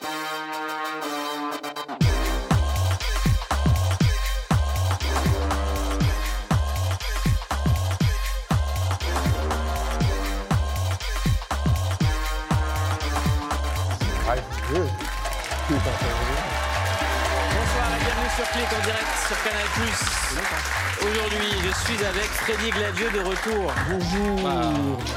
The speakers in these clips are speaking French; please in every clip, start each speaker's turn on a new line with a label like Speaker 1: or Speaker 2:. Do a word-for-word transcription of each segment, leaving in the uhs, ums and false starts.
Speaker 1: Bonsoir et bienvenue sur Click en direct sur Canal plus. Aujourd'hui, je suis avec Freddy Gladieux de retour.
Speaker 2: Bonjour.
Speaker 1: Ah.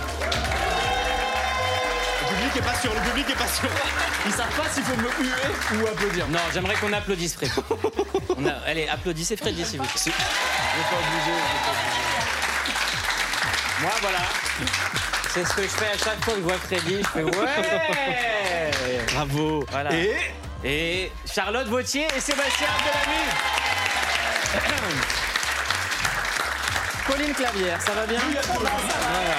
Speaker 2: Le public est pas sûr, le public est pas sûr. Ils savent pas s'il faut me huer ou applaudir.
Speaker 1: Non, j'aimerais qu'on applaudisse Freddy. On a... Allez, applaudissez Freddy s'il vous plaît.
Speaker 2: Je vais pas obliger, je vais pas obliger.
Speaker 1: Moi, voilà. C'est ce que je fais à chaque fois que je vois Freddy. Je fais ouais.
Speaker 2: Bravo.
Speaker 1: Voilà.
Speaker 2: Et
Speaker 1: Et Charlotte Vautier et Sébastien Delamide. Pauline Clavière, ça va bien? Voilà.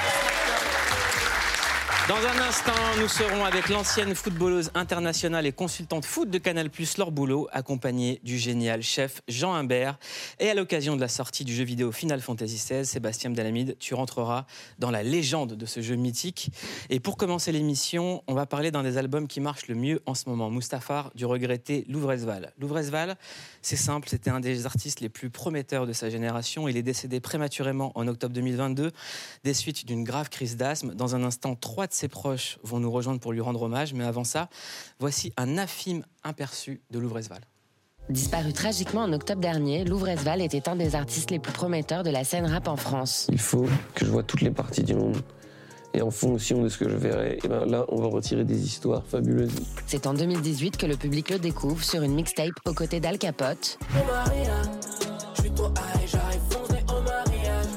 Speaker 1: Dans un instant, nous serons avec l'ancienne footballeuse internationale et consultante foot de Canal plus, Laure Boulot, accompagnée du génial chef Jean Humbert. Et à l'occasion de la sortie du jeu vidéo Final Fantasy seize, Sébastien Delamide, tu rentreras dans la légende de ce jeu mythique. Et pour commencer l'émission, on va parler d'un des albums qui marche le mieux en ce moment, Mustafar, du regretté Louvrezval. Louvrezval, c'est simple, c'était un des artistes les plus prometteurs de sa génération. Il est décédé prématurément en octobre deux mille vingt-deux, des suites d'une grave crise d'asthme. Dans un instant, trois de ses proches vont nous rejoindre pour lui rendre hommage, mais avant ça, voici un infime aperçu de Louvrezval.
Speaker 3: Disparu tragiquement en octobre dernier, Louvrezval était un des artistes les plus prometteurs de la scène rap en France.
Speaker 4: Il faut que je vois toutes les parties du monde. Et en fonction de ce que je verrai, et ben là, on va retirer des histoires fabuleuses.
Speaker 3: C'est en deux mille dix-huit que le public le découvre sur une mixtape aux côtés d'Al Capote.
Speaker 5: Oh Maria, je suis trop high, j'arrive foncé au mariage.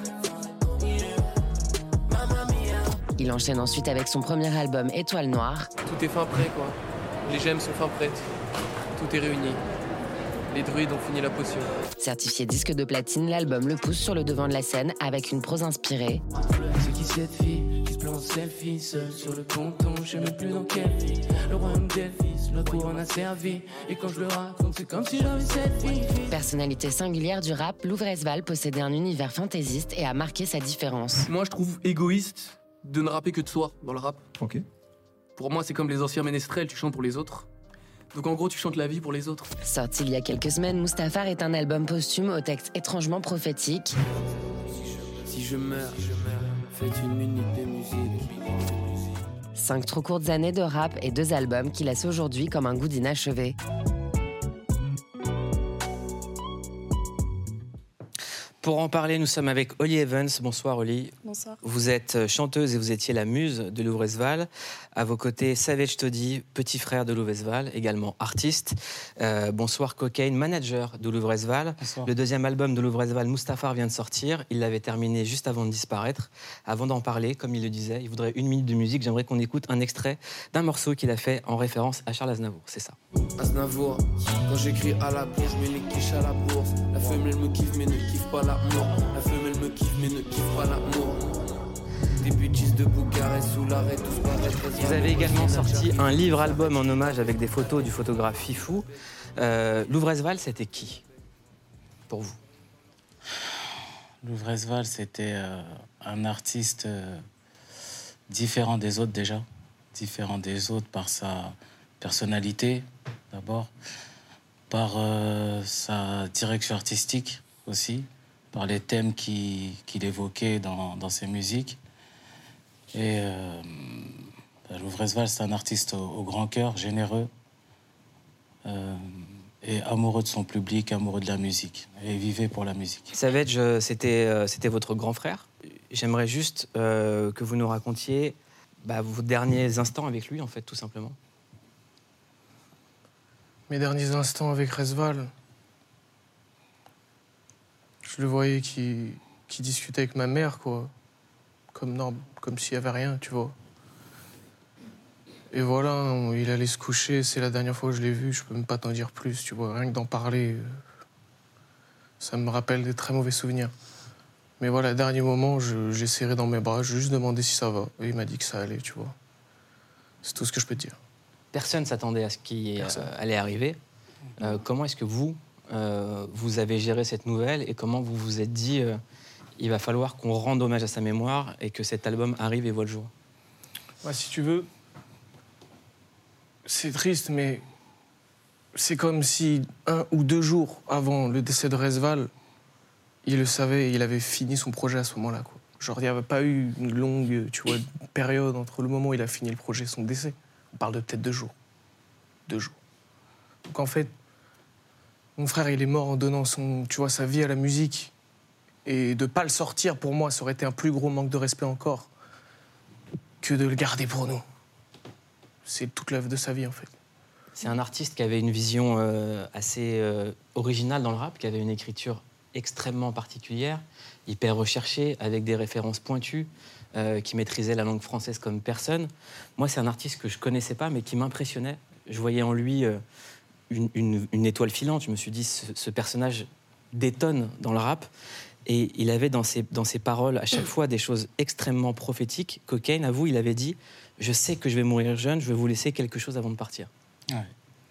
Speaker 5: Mamma mia.
Speaker 3: Il enchaîne ensuite avec son premier album Étoile Noire.
Speaker 6: Tout est fin prêt, quoi. Les gemmes sont fin prêtes. Tout est réuni. Les druides ont fini la potion.
Speaker 3: Certifié disque de platine, l'album le pousse sur le devant de la scène avec une prose inspirée.
Speaker 5: C'est qui cette fille qui se plante en selfie seule sur le ponton, je sais même plus dans quelle vie. Le royaume d'Elvis, la cour en a servi. Et quand je le raconte, c'est comme si j'avais cette fille.
Speaker 3: Personnalité singulière du rap, Louvrezval possédait un univers fantaisiste et a marqué sa différence.
Speaker 6: Moi, je trouve égoïste de ne rapper que de soi dans le rap.
Speaker 2: ok.
Speaker 6: Pour moi, c'est comme les anciens ménestrels, tu chantes pour les autres. Donc en gros, tu chantes la vie pour les autres.
Speaker 3: Sorti il y a quelques semaines, Mustafar est un album posthume au texte étrangement prophétique.
Speaker 5: Si je meurs, je meurs. Faites une minute de musique.
Speaker 3: Cinq trop courtes années de rap et deux albums qui laissent aujourd'hui comme un goût d'inachevé.
Speaker 1: Pour en parler, nous sommes avec Holly Evans. Bonsoir Holly.
Speaker 7: Bonsoir.
Speaker 1: Vous êtes chanteuse et vous étiez la muse de Louvrezval. À vos côtés, Savage Toddy, petit frère de Louvrezval, également artiste. Euh, bonsoir Cocaine, manager de Louvrezval.
Speaker 8: Bonsoir.
Speaker 1: Le deuxième album de Louvrezval, Mustafar, vient de sortir. Il l'avait terminé juste avant de disparaître. Avant d'en parler, comme il le disait, il voudrait une minute de musique. J'aimerais qu'on écoute un extrait d'un morceau qu'il a fait en référence à Charles Aznavour. C'est ça.
Speaker 5: Aznavour, quand j'écris à la bourse, je mets les quiches à la bourse. La femelle me kiffe mais ne kiffe pas l'amour. La femelle me kiffe mais ne kiffe pas l'amour. Des bêtises de Boucarest sous l'arrêt, tous paraissent.
Speaker 1: Vous avez également sorti un livre-album en hommage avec des photos du photographe Fifou. Euh, Louvrezval, c'était qui pour vous?
Speaker 8: Louvrezval, c'était euh, un artiste euh, différent des autres déjà. Différent des autres par sa personnalité, d'abord. Par euh, sa direction artistique aussi. Par les thèmes qu'il qu'il évoquait dans, dans ses musiques. Et euh, Louvrezval, c'est un artiste au, au grand cœur, généreux. Euh, et amoureux de son public, amoureux de la musique. Et vivait pour la musique.
Speaker 1: Savage, c'était, euh, c'était votre grand frère. J'aimerais juste euh, que vous nous racontiez bah, vos derniers instants avec lui, en fait, tout simplement.
Speaker 9: Mes derniers instants avec Rezval, je le voyais qui, qui discutait avec ma mère, quoi. Comme, non, comme s'il n'y avait rien, tu vois. Et voilà, on- il allait se coucher, c'est la dernière fois que je l'ai vu, je peux même pas t'en dire plus, tu vois. Rien que d'en parler, euh, ça me rappelle des très mauvais souvenirs. Mais voilà, dernier moment, je- j'ai serré dans mes bras, je lui ai juste demandé si ça va. Et il m'a dit que ça allait, tu vois. C'est tout ce que je peux te dire.
Speaker 1: Personne ne s'attendait à ce qui euh,
Speaker 9: Personne.
Speaker 1: allait arriver. Euh, comment est-ce que vous, euh, vous avez géré cette nouvelle et comment vous vous êtes dit euh, il va falloir qu'on rende hommage à sa mémoire et que cet album arrive et voit le jour?
Speaker 9: Ouais, si tu veux, C'est triste, mais c'est comme si un ou deux jours avant le décès de Resval, il le savait, il avait fini son projet à ce moment-là, quoi. Genre, il n'y avait pas eu une longue, tu vois, période entre le moment où il a fini le projet et son décès. On parle de peut-être deux jours. Deux jours. Donc en fait, mon frère, il est mort en donnant son, tu vois, sa vie à la musique. Et de ne pas le sortir, pour moi, ça aurait été un plus gros manque de respect encore que de le garder pour nous. C'est toute l'œuvre de sa vie, en fait.
Speaker 1: C'est un artiste qui avait une vision euh, assez euh, originale dans le rap, qui avait une écriture extrêmement particulière, hyper recherchée, avec des références pointues, euh, qui maîtrisait la langue française comme personne. Moi, c'est un artiste que je ne connaissais pas, mais qui m'impressionnait. Je voyais en lui euh, une, une, une étoile filante. Je me suis dit, ce, ce personnage détonne dans le rap. Et il avait dans ses, dans ses paroles, à chaque fois, des choses extrêmement prophétiques. Cocaine, à vous, il avait dit « Je sais que je vais mourir jeune, je vais vous laisser quelque chose avant de partir. »
Speaker 8: Ouais.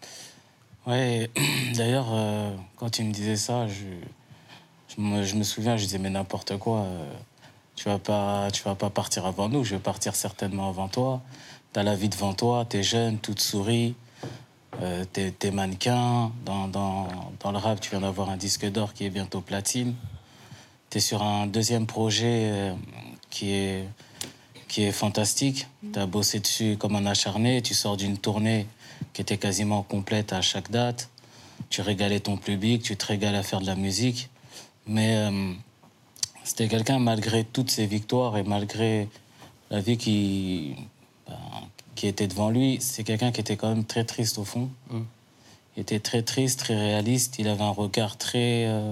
Speaker 8: Ouais, d'ailleurs, euh, quand il me disait ça, je... Je me, je me souviens, je disais, mais n'importe quoi, euh, tu vas pas, tu vas pas partir avant nous, je vais partir certainement avant toi. T'as la vie devant toi, t'es jeune, toute souris, euh, t'es, t'es mannequin. Dans, dans, dans le rap, tu viens d'avoir un disque d'or qui est bientôt platine. T'es sur un deuxième projet euh, qui est, qui est fantastique. T'as bossé dessus comme un acharné, tu sors d'une tournée qui était quasiment complète à chaque date. Tu régalais ton public, tu te régales à faire de la musique. Mais euh, c'était quelqu'un, malgré toutes ses victoires et malgré la vie qui, ben, qui était devant lui, c'est quelqu'un qui était quand même très triste au fond. Mm. Il était très triste, très réaliste. Il avait un regard très, euh,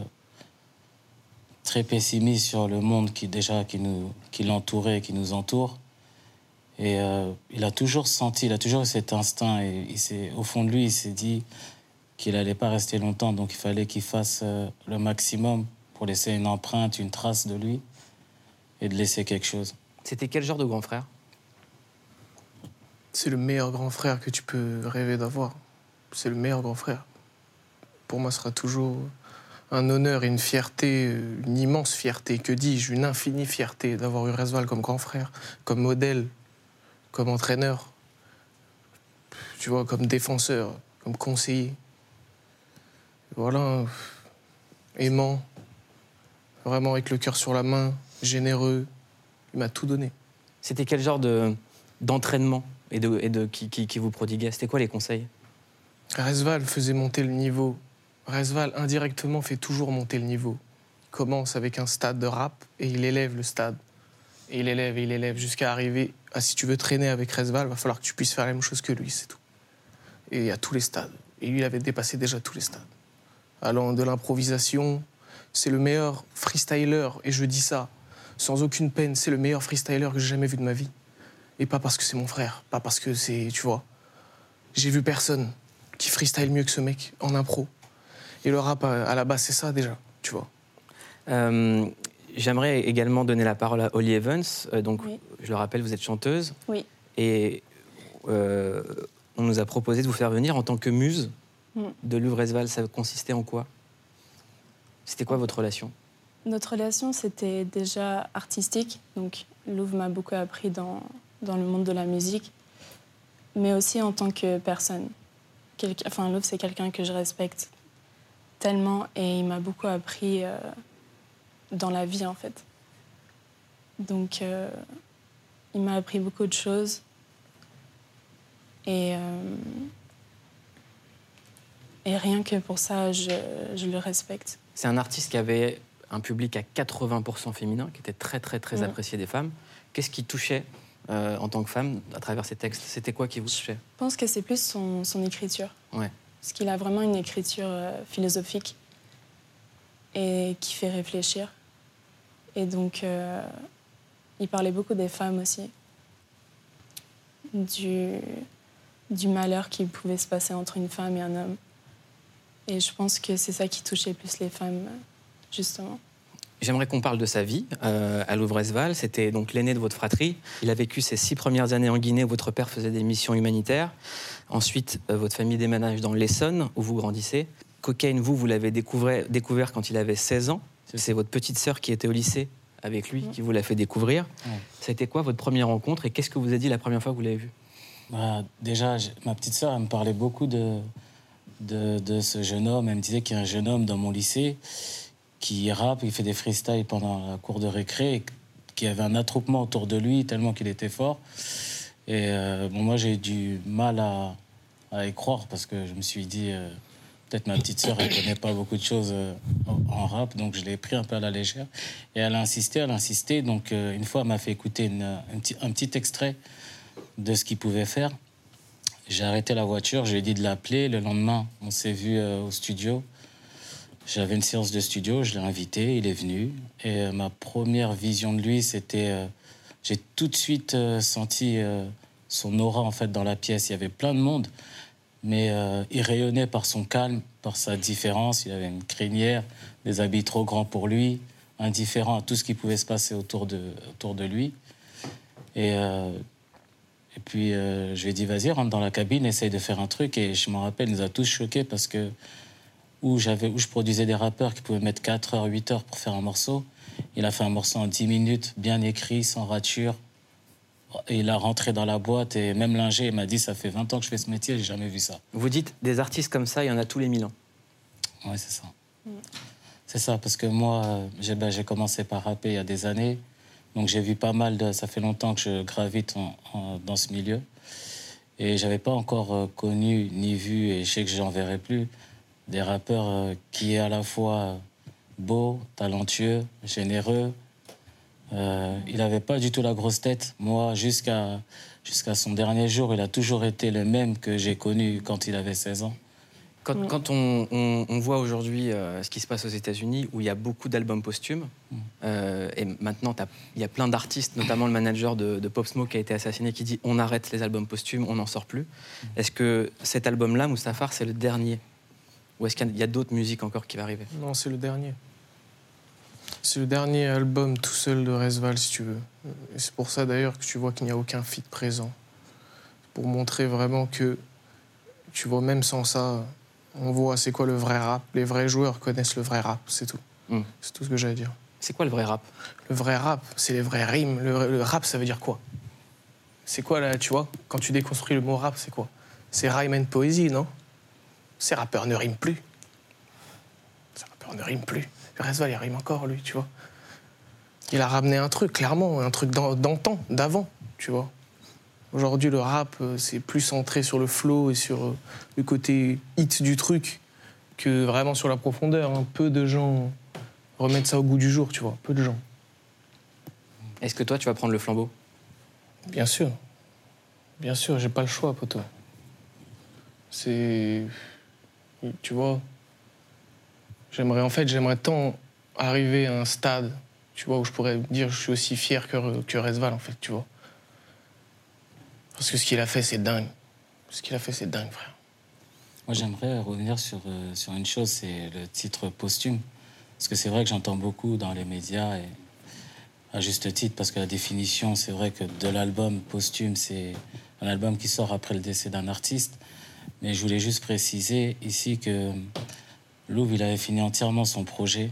Speaker 8: très pessimiste sur le monde qui, déjà, qui, nous, qui l'entourait et qui nous entoure. Et euh, il a toujours senti, il a toujours eu cet instinct. Et il s'est, au fond de lui, il s'est dit qu'il n'allait pas rester longtemps, donc il fallait qu'il fasse euh, le maximum pour laisser une empreinte, une trace de lui, et de laisser quelque chose.
Speaker 1: C'était quel genre de grand frère?
Speaker 9: C'est le meilleur grand frère que tu peux rêver d'avoir. C'est le meilleur grand frère. Pour moi, ce sera toujours un honneur et une fierté, une immense fierté, que dis-je, une infinie fierté d'avoir eu Resval comme grand frère, comme modèle, comme entraîneur, tu vois, comme défenseur, comme conseiller. Voilà, aimant, vraiment avec le cœur sur la main, généreux. Il m'a tout donné.
Speaker 1: C'était quel genre de, d'entraînement et de, et de, qui, qui, qui vous prodiguait? C'était quoi les conseils?
Speaker 9: Resval faisait monter le niveau. Resval, indirectement, fait toujours monter le niveau. Il commence avec un stade de rap et il élève le stade. Et il élève et il élève jusqu'à arriver à, si tu veux traîner avec Resval, il va falloir que tu puisses faire la même chose que lui, c'est tout. Et à tous les stades. Et lui, il avait dépassé déjà tous les stades. Allant de l'improvisation, c'est le meilleur freestyler, et je dis ça sans aucune peine, c'est le meilleur freestyler que j'ai jamais vu de ma vie. Et pas parce que c'est mon frère, pas parce que c'est, tu vois, j'ai vu personne qui freestyle mieux que ce mec en impro. Et le rap, à la base, c'est ça déjà, tu vois.
Speaker 1: Euh, j'aimerais également donner la parole à Holly Evans. Euh, donc,
Speaker 7: oui.
Speaker 1: Je le rappelle, vous êtes chanteuse.
Speaker 7: Oui.
Speaker 1: Et euh, on nous a proposé de vous faire venir en tant que muse mm. de Louv Resval. Ça consistait en quoi? C'était quoi votre relation?
Speaker 7: Notre relation, c'était déjà artistique. Donc, Louv m'a beaucoup appris dans, dans le monde de la musique, mais aussi en tant que personne. Quelqu... Enfin, Louv, c'est quelqu'un que je respecte tellement et il m'a beaucoup appris euh, dans la vie, en fait. Donc, euh, il m'a appris beaucoup de choses. Et, euh, et rien que pour ça, je, je le respecte.
Speaker 1: C'est un artiste qui avait un public à quatre-vingts pour cent féminin, qui était très, très, très mmh. apprécié des femmes. Qu'est-ce qui touchait euh, en tant que femme à travers ses textes? C'était quoi qui vous touchait?
Speaker 7: Je pense que c'est plus son, son écriture.
Speaker 1: Ouais.
Speaker 7: Parce qu'il a vraiment une écriture euh, philosophique et qui fait réfléchir. Et donc, euh, il parlait beaucoup des femmes aussi. Du, du malheur qui pouvait se passer entre une femme et un homme. Et je pense que c'est ça qui touchait plus les femmes, justement.
Speaker 1: J'aimerais qu'on parle de sa vie euh, à Louv Resval. C'était donc l'aîné de votre fratrie. Il a vécu ses six premières années en Guinée où votre père faisait des missions humanitaires. Ensuite, euh, votre famille déménage dans l'Essonne où vous grandissez. Cocaine, vous, vous l'avez découvert, découvert quand il avait seize ans. C'est votre petite sœur qui était au lycée avec lui mmh. qui vous l'a fait découvrir. Mmh. Ça a été quoi votre première rencontre et qu'est-ce que vous a dit la première fois que vous l'avez vu?
Speaker 8: Bah, déjà, j'ai- ma petite sœur, elle me parlait beaucoup de, de, de ce jeune homme. Elle me disait qu'il y a un jeune homme dans mon lycée qui rappe, il fait des freestyles pendant la cour de récré, et qui avait un attroupement autour de lui tellement qu'il était fort. Et euh, bon, moi, j'ai eu du mal à, à y croire parce que je me suis dit, euh, peut-être ma petite sœur, elle connaît pas beaucoup de choses euh, en, en rap, donc je l'ai pris un peu à la légère. Et elle a insisté, elle a insisté. Donc, euh, une fois, elle m'a fait écouter une, un, petit, un petit extrait de ce qu'il pouvait faire. J'ai arrêté la voiture, je lui ai dit de l'appeler. Le lendemain, on s'est vu euh, au studio. J'avais une séance de studio, je l'ai invité, il est venu. Et euh, ma première vision de lui, c'était... Euh, j'ai tout de suite euh, senti euh, son aura, en fait, dans la pièce. Il y avait plein de monde, mais euh, il rayonnait par son calme, par sa différence. Il avait une crinière, des habits trop grands pour lui, indifférent à tout ce qui pouvait se passer autour de, autour de lui. Et, euh, et puis, euh, je lui ai dit, vas-y, rentre dans la cabine, essaye de faire un truc. Et je m'en rappelle, il nous a tous choqués parce que où, j'avais, où je produisais des rappeurs qui pouvaient mettre quatre heures, huit heures pour faire un morceau. Il a fait un morceau en dix minutes, bien écrit, sans rature. Et il a rentré dans la boîte et même l'ingé, il m'a dit, ça fait vingt ans que je fais ce métier, j'ai jamais vu ça.
Speaker 1: Vous dites, des artistes comme ça, il y en a tous les mille ans.
Speaker 8: Oui, c'est ça. Mm. C'est ça, parce que moi, j'ai, ben, j'ai commencé par rapper il y a des années. Donc j'ai vu pas mal de... Ça fait longtemps que je gravite en, en, dans ce milieu. Et j'avais pas encore euh, connu ni vu, et je sais que j'en verrai plus, des rappeurs euh, qui est à la fois beau, talentueux, généreux. Euh, il n'avait pas du tout la grosse tête. Moi, jusqu'à, jusqu'à son dernier jour, il a toujours été le même que j'ai connu quand il avait seize ans.
Speaker 1: Quand, mmh. quand on, on, on voit aujourd'hui euh, ce qui se passe aux États-Unis, où il y a beaucoup d'albums posthumes, mmh. euh, et maintenant il y a plein d'artistes, notamment le manager de, de Pop Smoke qui a été assassiné, qui dit on arrête les albums posthumes, on n'en sort plus. Mmh. Est-ce que cet album-là, Mustafar, c'est le dernier? Ou est-ce qu'il y a d'autres musiques encore qui vont arriver?
Speaker 9: Non, c'est le dernier. C'est le dernier album tout seul de Rezval, si tu veux. Et c'est pour ça d'ailleurs que tu vois qu'il n'y a aucun feat présent. Pour montrer vraiment que, tu vois, même sans ça, on voit c'est quoi le vrai rap. Les vrais joueurs connaissent le vrai rap, c'est tout. Mm. C'est tout ce que j'ai à dire.
Speaker 1: C'est quoi le vrai rap?
Speaker 9: Le vrai rap, c'est les vraies rimes. Le, le rap, ça veut dire quoi? C'est quoi, là, tu vois? Quand tu déconstruis le mot rap, c'est quoi? C'est rhyme and poésie, non? Ces rappeurs ne riment plus. Ces rappeurs ne riment plus. Rezval, il rime encore, lui, tu vois. Il a ramené un truc, clairement, un truc d'antan, d'avant, tu vois. Aujourd'hui, le rap, c'est plus centré sur le flow et sur le côté hit du truc que vraiment sur la profondeur. Hein. Peu de gens remettent ça au goût du jour, tu vois. Peu de gens.
Speaker 1: Est-ce que toi, tu vas prendre le flambeau?
Speaker 9: Bien sûr. Bien sûr, j'ai pas le choix, poto. C'est... Tu vois, j'aimerais, en fait, j'aimerais tant arriver à un stade, tu vois, où je pourrais dire je suis aussi fier que, que Rezval, en fait, tu vois. Parce que ce qu'il a fait, c'est dingue. Ce qu'il a fait, c'est dingue, frère.
Speaker 8: Moi, j'aimerais revenir sur, euh, sur une chose, c'est le titre posthume. Parce que c'est vrai que j'entends beaucoup dans les médias, et à juste titre, parce que la définition, c'est vrai que de l'album posthume, c'est un album qui sort après le décès d'un artiste. Mais je voulais juste préciser ici que Louvre, il avait fini entièrement son projet,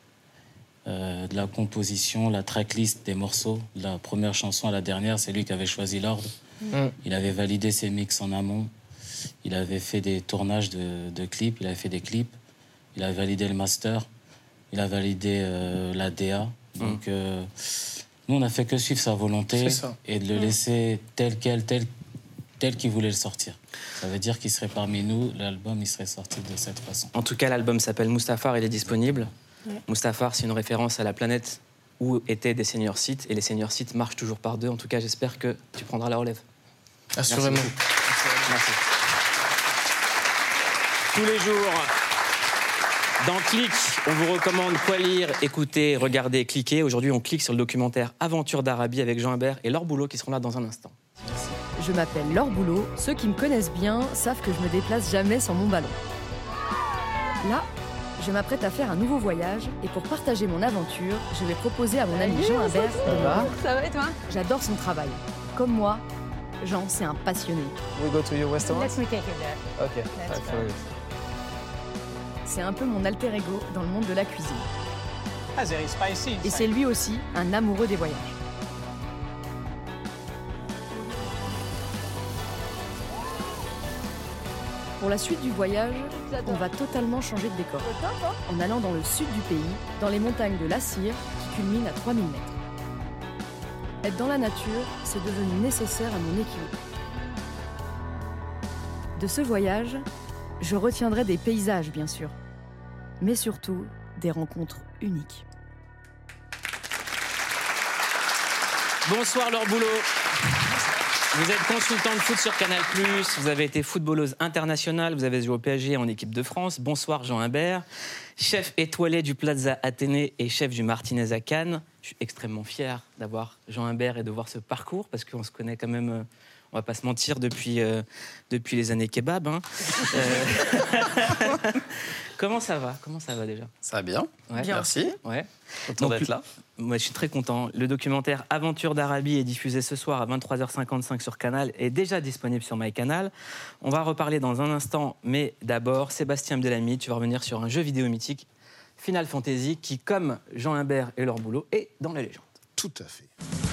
Speaker 8: euh, de la composition, la tracklist des morceaux, de la première chanson à la dernière, c'est lui qui avait choisi l'ordre. Mmh. Il avait validé ses mix en amont, il avait fait des tournages de, de clips, il avait fait des clips, il a validé le master, il a validé euh, la D A. Mmh. Donc, euh, nous, on n'a fait que suivre sa volonté et de le mmh. laisser tel quel, tel tel qu'il voulait le sortir. Ça veut dire qu'il serait parmi nous, l'album, il serait sorti de cette façon.
Speaker 1: En tout cas, l'album s'appelle Mustafar, il est disponible. Ouais. Mustafar, c'est une référence à la planète où étaient des senior sites, et les senior sites marchent toujours par deux. En tout cas, j'espère que tu prendras la relève.
Speaker 9: Assurément.
Speaker 1: Merci. Merci. Tous les jours, dans Click, on vous recommande quoi lire, écouter, regarder, cliquer. Aujourd'hui, on clique sur le documentaire Aventure d'Arabie avec Jean Imbert et Laure Boulot qui seront là dans un instant.
Speaker 10: Je m'appelle Laure Boulot. Ceux qui me connaissent bien savent que je me déplace jamais sans mon ballon. Là, je m'apprête à faire un nouveau voyage et pour partager mon aventure, je vais proposer à mon ami Jean Imbert de voir.
Speaker 11: Ça va et toi?
Speaker 10: J'adore son travail. Comme moi, Jean, c'est un passionné.
Speaker 11: We go to your restaurant?
Speaker 10: Let's make it there.
Speaker 11: Okay.
Speaker 10: C'est un peu mon alter ego dans le monde de la cuisine.
Speaker 11: Ah, very spicy.
Speaker 10: Et c'est lui aussi un amoureux des voyages. Pour la suite du voyage, on va totalement changer de décor, en allant dans le sud du pays, dans les montagnes de l'Assir, qui culminent à trois mille mètres. Être dans la nature, c'est devenu nécessaire à mon équilibre. De ce voyage, je retiendrai des paysages, bien sûr, mais surtout des rencontres uniques.
Speaker 1: Bonsoir Laure Boulot. Vous êtes consultante de foot sur Canal plus, vous avez été footballeuse internationale, vous avez joué au P S G en équipe de France. Bonsoir Jean Humbert, chef étoilé du Plaza Athénée et chef du Martinez à Cannes. Je suis extrêmement fier d'avoir Jean Humbert et de voir ce parcours parce qu'on se connaît quand même, euh, on va pas se mentir, depuis, euh, depuis les années kebab. Hein. euh... Comment ça va Comment ça va déjà?
Speaker 2: Ça va bien,
Speaker 1: ouais.
Speaker 2: bien. Merci.
Speaker 1: Ouais.
Speaker 2: Content d'être là.
Speaker 1: Moi, je suis très content. Le documentaire Aventure d'Arabie est diffusé ce soir à vingt-trois heures cinquante-cinq sur Canal et est déjà disponible sur MyCanal. On va reparler dans un instant, mais d'abord, Sébastien Abdelhamid, tu vas revenir sur un jeu vidéo mythique, Final Fantasy, qui, comme Jean Humbert et Laure Boulot, est dans la légende.
Speaker 12: Tout à fait.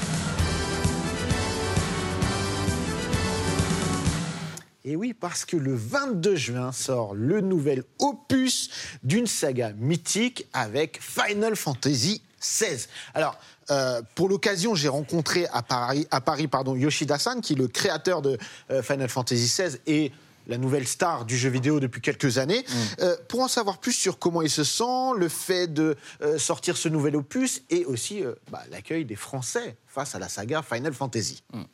Speaker 12: Et oui, parce que le vingt-deux juin sort le nouvel opus d'une saga mythique avec Final Fantasy seize. Alors, euh, pour l'occasion, j'ai rencontré à Paris, à Paris pardon, Yoshida-san, qui est le créateur de euh, Final Fantasy seize et la nouvelle star du jeu vidéo depuis quelques années, mmh. euh, pour en savoir plus sur comment il se sent, le fait de euh, sortir ce nouvel opus et aussi euh, bah, l'accueil des Français face à la saga Final Fantasy. Mmh.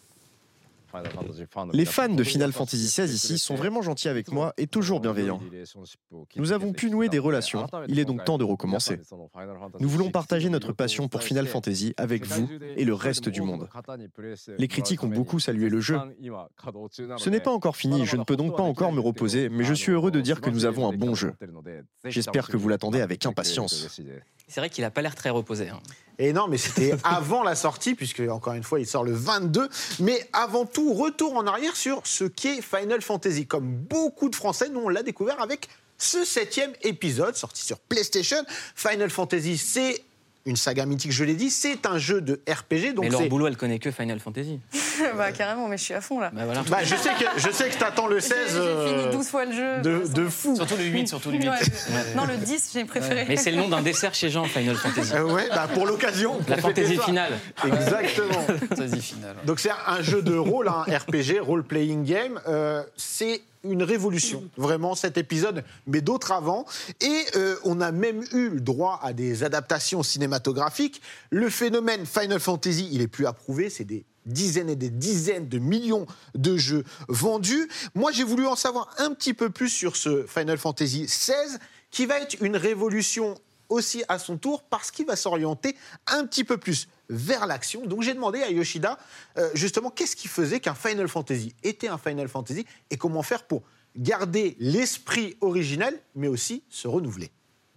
Speaker 13: Les fans de Final Fantasy seize ici sont vraiment gentils avec moi et toujours bienveillants. Nous avons pu nouer des relations, il est donc temps de recommencer. Nous voulons partager notre passion pour Final Fantasy avec vous et le reste du monde. Les critiques ont beaucoup salué le jeu. Ce n'est pas encore fini, je ne peux donc pas encore me reposer, mais je suis heureux de dire que nous avons un bon jeu. J'espère que vous l'attendez avec impatience.
Speaker 1: C'est vrai qu'il n'a pas l'air très reposé. Hein.
Speaker 12: Et non, mais c'était avant la sortie, puisque, encore une fois, il sort le vingt-deux. Mais avant tout, retour en arrière sur ce qu'est Final Fantasy. Comme beaucoup de Français, nous, on l'a découvert avec ce septième épisode, sorti sur PlayStation. Final Fantasy, c'est une saga mythique, je l'ai dit, c'est un jeu de R P G. Donc
Speaker 1: mais Laure
Speaker 12: c'est...
Speaker 1: Boulot, elle connaît que Final Fantasy.
Speaker 14: Bah carrément, mais je suis à fond là.
Speaker 12: Bah, voilà. bah, je sais que je sais que t'attends le seize.
Speaker 14: J'ai, j'ai fini douze fois le jeu.
Speaker 12: De, de fou.
Speaker 1: Surtout le huit, surtout le huit.
Speaker 14: Ouais. Ouais. Non, le dix, j'ai préféré.
Speaker 1: Ouais. Mais c'est le nom d'un dessert chez Jean, Final Fantasy.
Speaker 12: Euh, ouais, bah pour l'occasion.
Speaker 1: La Fantasy finale.
Speaker 12: Exactement.
Speaker 2: Fantasy finale.
Speaker 12: Donc c'est un jeu de rôle, un R P G, role playing game. Euh, c'est une révolution, vraiment, cet épisode, mais d'autres avant. Et euh, on a même eu le droit à des adaptations cinématographiques. Le phénomène Final Fantasy, il est plus approuvé, c'est des dizaines et des dizaines de millions de jeux vendus. Moi, j'ai voulu en savoir un petit peu plus sur ce Final Fantasy seize, qui va être une révolution aussi à son tour, parce qu'il va s'orienter un petit peu plus vers l'action. Donc j'ai demandé à Yoshida, euh, justement, qu'est-ce qui faisait qu'un Final Fantasy était un Final Fantasy et comment faire pour garder l'esprit originel, mais aussi se renouveler.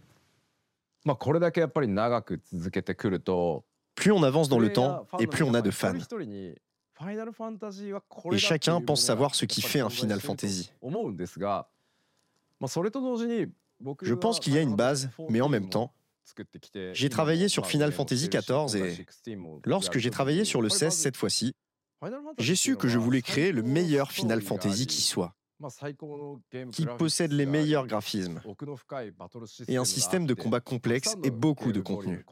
Speaker 13: Plus on avance dans le temps, et plus on a de fans. Et chacun pense savoir ce qui fait un Final Fantasy. Je pense qu'il y a une base, mais en même temps, j'ai travaillé sur Final Fantasy quatorze et lorsque j'ai travaillé sur le seize cette fois-ci, j'ai su que je voulais créer le meilleur Final Fantasy qui soit, qui possède les meilleurs graphismes et un système de combat complexe et beaucoup de contenu.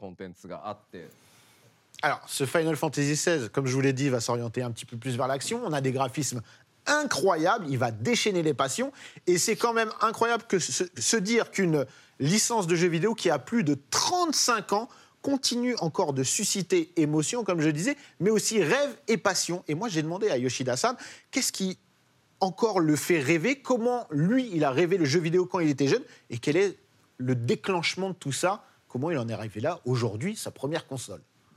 Speaker 12: Alors, ce Final Fantasy seize, comme je vous l'ai dit, va s'orienter un petit peu plus vers l'action. On a des graphismes incroyables, il va déchaîner les passions. Et c'est quand même incroyable que se, se dire qu'une licence de jeux vidéo qui a plus de trente-cinq ans continue encore de susciter émotion, comme je disais, mais aussi rêve et passion. Et moi, j'ai demandé à Yoshida-san, qu'est-ce qui encore le fait rêver? Comment, lui, il a rêvé le jeu vidéo quand il était jeune? Et quel est le déclenchement de tout ça? Comment il en est arrivé là, aujourd'hui, sa première console?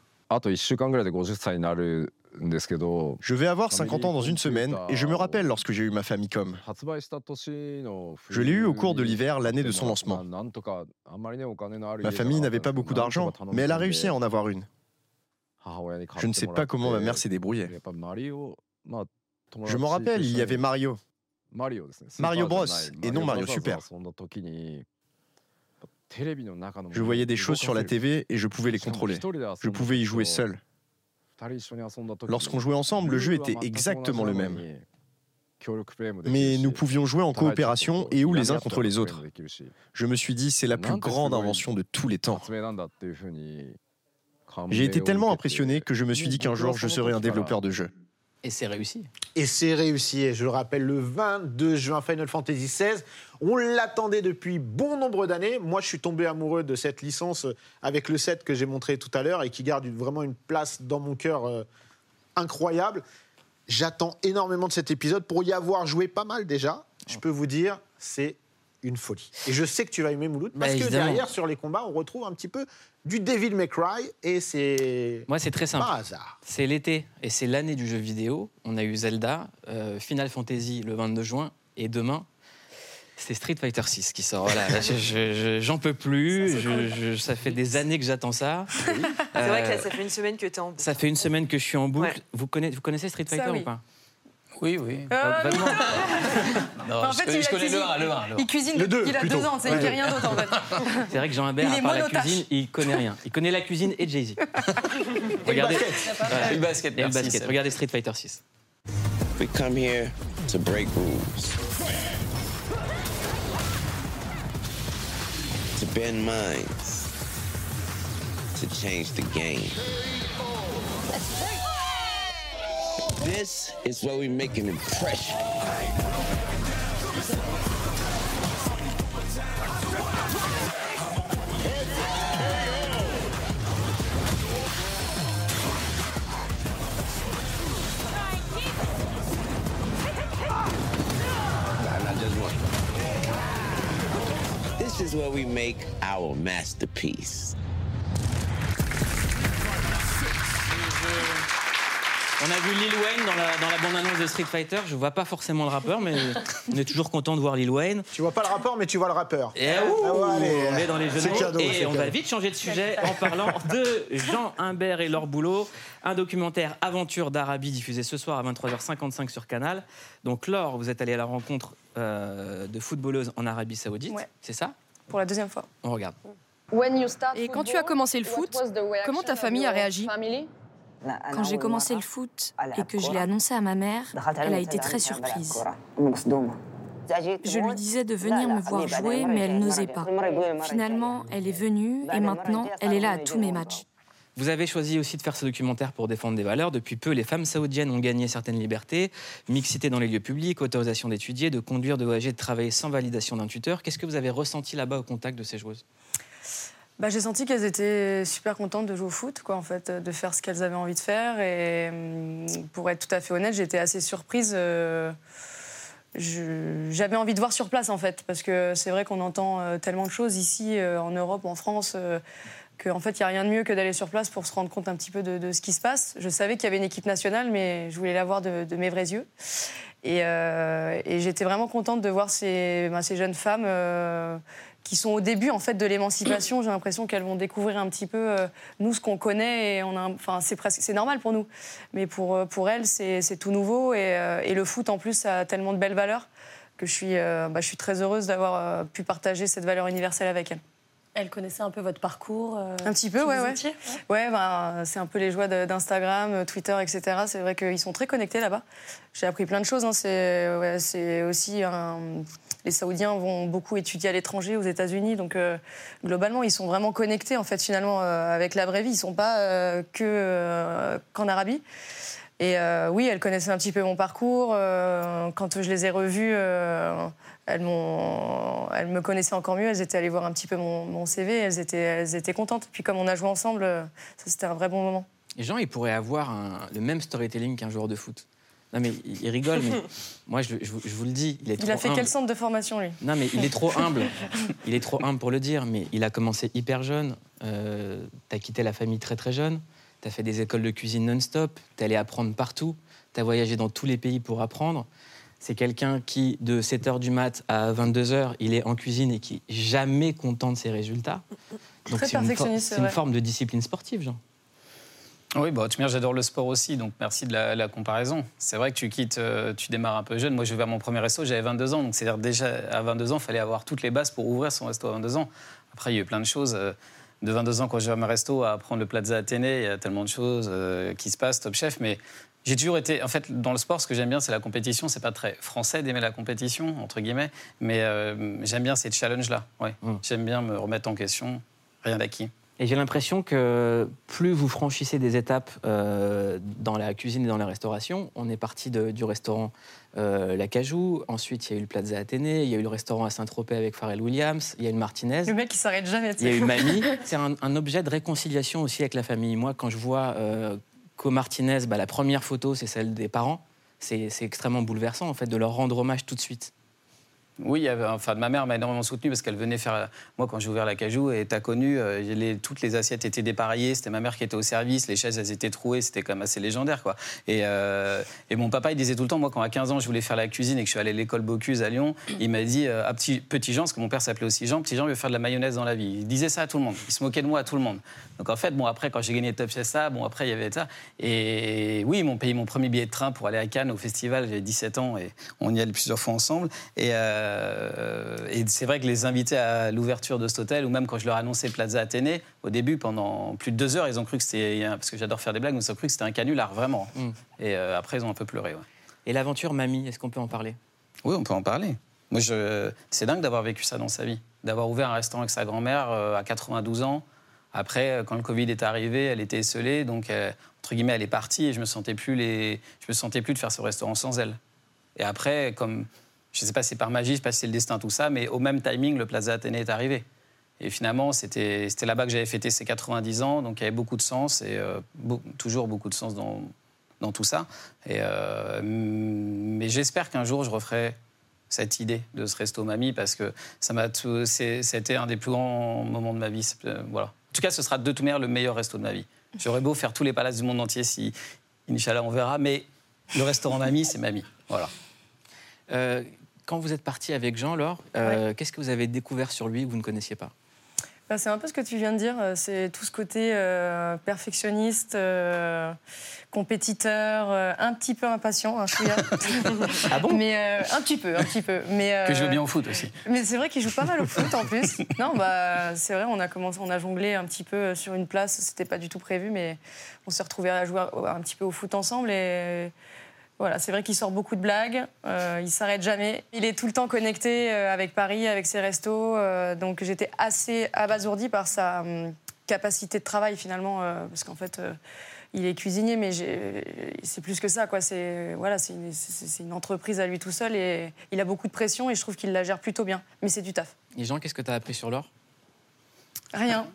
Speaker 13: Je vais avoir cinquante ans dans une semaine et je me rappelle lorsque j'ai eu ma Famicom. Je l'ai eu au cours de l'hiver, l'année de son lancement. Ma famille n'avait pas beaucoup d'argent, mais elle a réussi à en avoir une. Je ne sais pas comment ma mère s'est débrouillée. Je m'en rappelle, il y avait Mario. Mario Bros et non Mario Super. Je voyais des choses sur la T V et je pouvais les contrôler. Je pouvais y jouer seul. Lorsqu'on jouait ensemble, le jeu était exactement le même. Mais nous pouvions jouer en coopération et ou les uns contre les autres. Je me suis dit, c'est la plus grande invention de tous les temps. J'ai été tellement impressionné que je me suis dit qu'un jour, je serais un développeur de jeux.
Speaker 1: Et c'est réussi.
Speaker 12: Et c'est réussi. Et je le rappelle, le vingt-deux juin, Final Fantasy seize. On l'attendait depuis bon nombre d'années. Moi, je suis tombé amoureux de cette licence avec le sept que j'ai montré tout à l'heure et qui garde une, vraiment une place dans mon cœur euh, incroyable. J'attends énormément de cet épisode pour y avoir joué pas mal déjà. Je peux vous dire, c'est une folie. Et je sais que tu vas aimer Mouloud parce bah, que derrière, sur les combats, on retrouve un petit peu du Devil May Cry et c'est...
Speaker 1: Moi, c'est très simple.
Speaker 12: Par hasard.
Speaker 1: C'est l'été et c'est l'année du jeu vidéo. On a eu Zelda, euh, Final Fantasy le vingt-deux juin et demain, c'est Street Fighter six qui sort. Voilà, là, je, je, je, j'en peux plus. Ça, je, je, ça fait des années que j'attends ça.
Speaker 15: Oui. Euh, c'est vrai que là, ça fait une semaine que tu es en boucle.
Speaker 1: Ça fait une semaine que je suis en boucle. Ouais. Vous, connaissez, vous connaissez Street Fighter
Speaker 14: ça, oui.
Speaker 1: ou pas?
Speaker 8: Oui, oui.
Speaker 14: Euh,
Speaker 8: non,
Speaker 14: en fait,
Speaker 8: je,
Speaker 14: il,
Speaker 8: je connais
Speaker 14: cuisine,
Speaker 8: le un, le un.
Speaker 14: Il cuisine
Speaker 12: le deux,
Speaker 14: il a
Speaker 12: plutôt.
Speaker 14: deux ans, il ne fait rien d'autre en fait.
Speaker 1: C'est vrai que Jean Imbert, à part la cuisine, il connaît rien. Il connaît la cuisine et Jay-Z. Regardez.
Speaker 12: Et le basket.
Speaker 1: Voilà.
Speaker 8: Et le basket,
Speaker 1: et le
Speaker 8: merci,
Speaker 1: basket. Regardez Street Fighter six.
Speaker 16: We come here to break rules. To bend minds. To change the game. This is where we make an impression. Not just one. This is where we make our masterpiece.
Speaker 1: On a vu Lil Wayne dans la, dans la bande-annonce de Street Fighter. Je vois pas forcément le rappeur, mais on est toujours content de voir Lil Wayne.
Speaker 12: Tu vois pas le rappeur, mais tu vois le rappeur.
Speaker 1: Et ouh,
Speaker 12: ah ouais, allez,
Speaker 1: on est dans les jeux de mots.
Speaker 12: cadeau,
Speaker 1: Et on
Speaker 12: cadeau.
Speaker 1: va vite changer de sujet en parlant de Jean Imbert et Laure Boulot. Un documentaire Aventure d'Arabie diffusé ce soir à vingt-trois heures cinquante-cinq sur Canal. Donc Laure, vous êtes allée à la rencontre euh, de footballeuses en Arabie Saoudite.
Speaker 14: Ouais.
Speaker 1: C'est ça?
Speaker 14: Pour la deuxième fois.
Speaker 1: On regarde.
Speaker 10: Et quand tu as commencé le foot, comment ta famille a réagi?
Speaker 17: Quand j'ai commencé le foot et que je l'ai annoncé à ma mère, elle a été très surprise. Je lui disais de venir me voir jouer, mais elle n'osait pas. Finalement, elle est venue et maintenant, elle est là à tous mes matchs.
Speaker 1: Vous avez choisi aussi de faire ce documentaire pour défendre des valeurs. Depuis peu, les femmes saoudiennes ont gagné certaines libertés, mixité dans les lieux publics, autorisation d'étudier, de conduire, de voyager, de travailler sans validation d'un tuteur. Qu'est-ce que vous avez ressenti là-bas au contact de ces joueuses?
Speaker 14: Bah, j'ai senti qu'elles étaient super contentes de jouer au foot, quoi, en fait, de faire ce qu'elles avaient envie de faire. Et pour être tout à fait honnête, j'étais assez surprise. Euh, je, j'avais envie de voir sur place, en fait, parce que c'est vrai qu'on entend tellement de choses ici, euh, en Europe, en France, euh, qu'en fait, il n'y a rien de mieux que d'aller sur place pour se rendre compte un petit peu de, de ce qui se passe. Je savais qu'il y avait une équipe nationale, mais je voulais la voir de, de mes vrais yeux. Et, euh, et j'étais vraiment contente de voir ces, ben, ces jeunes femmes euh, qui sont au début en fait de l'émancipation. J'ai l'impression qu'elles vont découvrir un petit peu euh, nous ce qu'on connaît et on a, enfin c'est presque c'est normal pour nous, mais pour pour elles c'est, c'est tout nouveau et, euh, et le foot en plus ça a tellement de belles valeurs que je suis euh, bah, je suis très heureuse d'avoir euh, pu partager cette valeur universelle avec elles.
Speaker 15: Elle connaissait un peu votre parcours euh,
Speaker 14: Un petit peu, ouais, ouais. Étiez, ouais, ouais bah, c'est un peu les joies de, d'Instagram, Twitter, et cetera. C'est vrai qu'ils sont très connectés là-bas. J'ai appris plein de choses. Hein. C'est, ouais, c'est aussi un... Les Saoudiens vont beaucoup étudier à l'étranger, aux États-Unis. Donc, euh, globalement, ils sont vraiment connectés, en fait, finalement, euh, avec la vraie vie. Ils ne sont pas euh, que, euh, qu'en Arabie. Et euh, oui, elles connaissaient un petit peu mon parcours. Euh, quand je les ai revues... Euh, Elles, m'ont... elles me connaissaient encore mieux, elles étaient allées voir un petit peu mon, mon C V, elles étaient, elles étaient contentes. Puis comme on a joué ensemble, ça, c'était un vrai bon moment.
Speaker 1: Et Jean, il pourrait avoir un, le même storytelling qu'un joueur de foot. Non mais il, il rigole, mais moi je, je, je vous le dis, il est trop
Speaker 14: Il a fait
Speaker 1: humble.
Speaker 14: Quel centre de formation, lui?
Speaker 1: Non mais il est trop humble. Il est trop humble pour le dire, mais il a commencé hyper jeune. Euh, t'as quitté la famille très très jeune. T'as fait des écoles de cuisine non-stop. T'es allé apprendre partout. T'as voyagé dans tous les pays pour apprendre. C'est quelqu'un qui, de sept heures du mat à vingt-deux heures, il est en cuisine et qui n'est jamais content de ses résultats. Donc
Speaker 14: Très
Speaker 1: c'est
Speaker 14: perfectionniste,
Speaker 1: une,
Speaker 14: c'est
Speaker 1: une forme de discipline sportive, Jean.
Speaker 8: Oui, bah, tu vois, j'adore le sport aussi, donc merci de la, la comparaison. C'est vrai que tu quittes, euh, tu démarres un peu jeune. Moi, je vais vers mon premier resto, j'avais vingt-deux ans, donc c'est-à-dire déjà à vingt-deux ans, il fallait avoir toutes les bases pour ouvrir son resto à vingt-deux ans. Après, il y a eu plein de choses. Euh, de vingt-deux ans, quand j'ai ouvert mon resto, à prendre le Plaza Athénée, il y a tellement de choses euh, qui se passent, Top Chef, mais J'ai toujours été... En fait, dans le sport, ce que j'aime bien, c'est la compétition. C'est pas très français d'aimer la compétition, entre guillemets, mais euh, j'aime bien ces challenges-là. Ouais. Mmh. J'aime bien me remettre en question, rien d'acquis.
Speaker 1: Et j'ai l'impression que plus vous franchissez des étapes euh, dans la cuisine et dans la restauration, on est parti de, du restaurant euh, L'Acajou, ensuite il y a eu le Plaza Athénée, il y a eu le restaurant à Saint-Tropez avec Pharrell Williams, il y a eu le Martinez.
Speaker 14: Le mec, il s'arrête jamais.
Speaker 1: Il y a eu Mamie. C'est un, un objet de réconciliation aussi avec la famille. Moi, quand je vois euh, qu'au Martinez, bah, la première photo, c'est celle des parents, c'est, c'est extrêmement bouleversant en fait, de leur rendre hommage tout de suite.
Speaker 8: Oui, il y avait, enfin, ma mère m'a énormément soutenu parce qu'elle venait faire... Moi, quand j'ai ouvert l'Acajou, et t'as connu, euh, les, toutes les assiettes étaient dépareillées, c'était ma mère qui était au service, les chaises, elles étaient trouées, c'était quand même assez légendaire, quoi. Et, euh, et mon papa, il disait tout le temps, moi, quand à quinze ans, je voulais faire la cuisine et que je suis allé à l'école Bocuse à Lyon, il m'a dit, euh, ah, petit, petit Jean, parce que mon père s'appelait aussi Jean, petit Jean veut faire de la mayonnaise dans la vie. Il disait ça à tout le monde, il se moquait de moi à tout le monde. Donc en fait, bon, après, quand j'ai gagné Top Chef, ça, bon, après, il y avait ça. Et oui, ils m'ont payé mon premier billet de train pour aller à Cannes, au festival, j'avais dix-sept ans, et on y allait plusieurs fois ensemble. Et... Euh, Et c'est vrai que les invités à l'ouverture de cet hôtel, ou même quand je leur annonçais Plaza Athénée, au début, pendant plus de deux heures, ils ont cru que c'était... Parce que j'adore faire des blagues, mais ils ont cru que c'était un canular, vraiment. Mm. Et euh, après, ils ont un peu pleuré, ouais.
Speaker 1: Et l'aventure Mamie, est-ce qu'on peut en parler ?
Speaker 8: Oui, on peut en parler. Moi, je... c'est dingue d'avoir vécu ça dans sa vie. D'avoir ouvert un restaurant avec sa grand-mère euh, à quatre-vingt-douze ans. Après, quand le Covid est arrivé, elle était esseulée, donc, euh, entre guillemets, elle est partie et je me sentais plus les... je me sentais plus de faire ce restaurant sans elle. Et après, comme... Je ne sais pas si c'est par magie, je ne sais pas si c'est le destin, tout ça, mais au même timing, le Plaza Athénée est arrivé. Et finalement, c'était, c'était là-bas que j'avais fêté ses quatre-vingt-dix ans, donc il y avait beaucoup de sens, et euh, beau, toujours beaucoup de sens dans, dans tout ça. Et, euh, mais j'espère qu'un jour, je referai cette idée de ce resto Mamie, parce que ça m'a tout, c'est, c'était un des plus grands moments de ma vie. Euh, voilà. En tout cas, ce sera de toute manière le meilleur resto de ma vie. J'aurais beau faire tous les palaces du monde entier, si, Inch'Allah, on verra, mais le restaurant Mamie, c'est Mamie. Voilà.
Speaker 1: Euh, Quand vous êtes parti avec Jean, Laure, euh,
Speaker 14: ouais.
Speaker 1: qu'est-ce que vous avez découvert sur lui que vous ne connaissiez pas ?
Speaker 14: Ben, c'est un peu ce que tu viens de dire, c'est tout ce côté euh, perfectionniste, euh, compétiteur, euh, un petit peu impatient, hein,
Speaker 1: ah bon ?
Speaker 14: Mais euh, un petit peu, un petit peu. Mais, euh,
Speaker 8: que je joue bien au foot aussi.
Speaker 14: Mais c'est vrai qu'il joue pas mal au foot en plus. Non, bah c'est vrai, on a commencé, on a jonglé un petit peu sur une place, c'était pas du tout prévu, mais on s'est retrouvés à jouer un petit peu au foot ensemble et. Voilà, c'est vrai qu'il sort beaucoup de blagues, euh, il s'arrête jamais. Il est tout le temps connecté euh, avec Paris, avec ses restos, euh, donc j'étais assez abasourdie par sa euh, capacité de travail finalement, euh, parce qu'en fait, euh, il est cuisinier, mais j'ai... c'est plus que ça, quoi. C'est, voilà, c'est, une, c'est, c'est une entreprise à lui tout seul et il a beaucoup de pression et je trouve qu'il la gère plutôt bien, mais c'est du taf.
Speaker 1: Et Jean, qu'est-ce que tu as appris sur Laure ?
Speaker 14: Rien.